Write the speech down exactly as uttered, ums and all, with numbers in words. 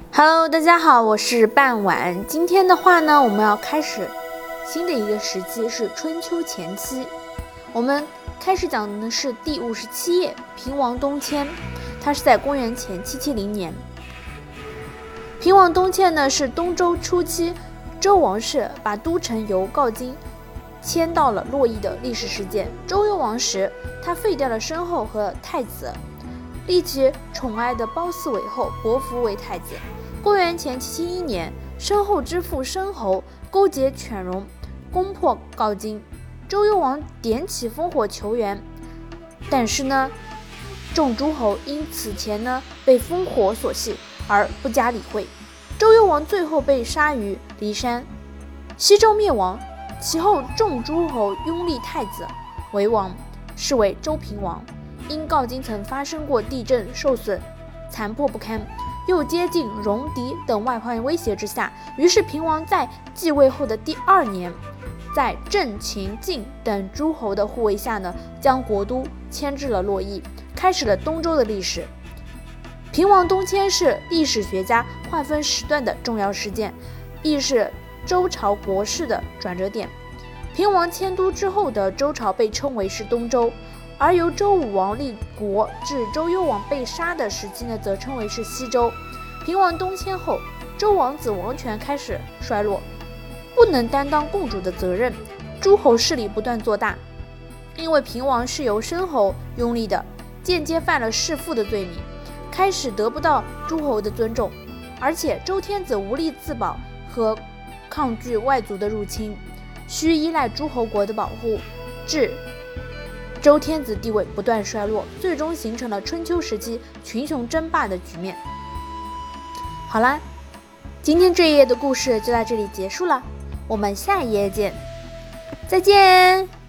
Hello， 大家好，我是半晚。今天的话呢，我们要开始新的一个时期，是春秋前期。我们开始讲的呢是第五十七页，平王东迁。它是在公元前七七零年。平王东迁呢是东周初期周王室把都城由镐京迁到了洛邑的历史事件。周幽王时，他废掉了申后和太子，立其宠爱的褒姒为后，伯服为太子。公元前七七一年，申后之父申侯勾结犬戎，攻破镐京。周幽王点起烽火求援，但是呢，众诸侯因此前呢被烽火所系而不加理会。周幽王最后被杀于骊山。西周灭亡，其后众诸侯拥立太子为王，是为周平王。因镐京曾发生过地震，受损残破不堪，又接近戎狄等外患威胁之下，于是平王在继位后的第二年，在郑、秦、晋等诸侯的护卫下呢，将国都迁至了洛邑，开始了东周的历史。平王东迁是历史学家划分时段的重要事件，亦是周朝国势的转折点。平王迁都之后的周朝被称为是东周，而由周武王立国至周幽王被杀的时期呢，则称为是西周。平王东迁后，周王子王权开始衰落，不能担当共主的责任，诸侯势力不断做大。因为平王是由申侯拥立的，间接犯了弑父的罪名，开始得不到诸侯的尊重，而且周天子无力自保和抗拒外族的入侵，需依赖诸侯国的保护，致周天子地位不断衰落，最终形成了春秋时期群雄争霸的局面。好啦，今天这一页的故事就到这里结束了，我们下一页见，再见。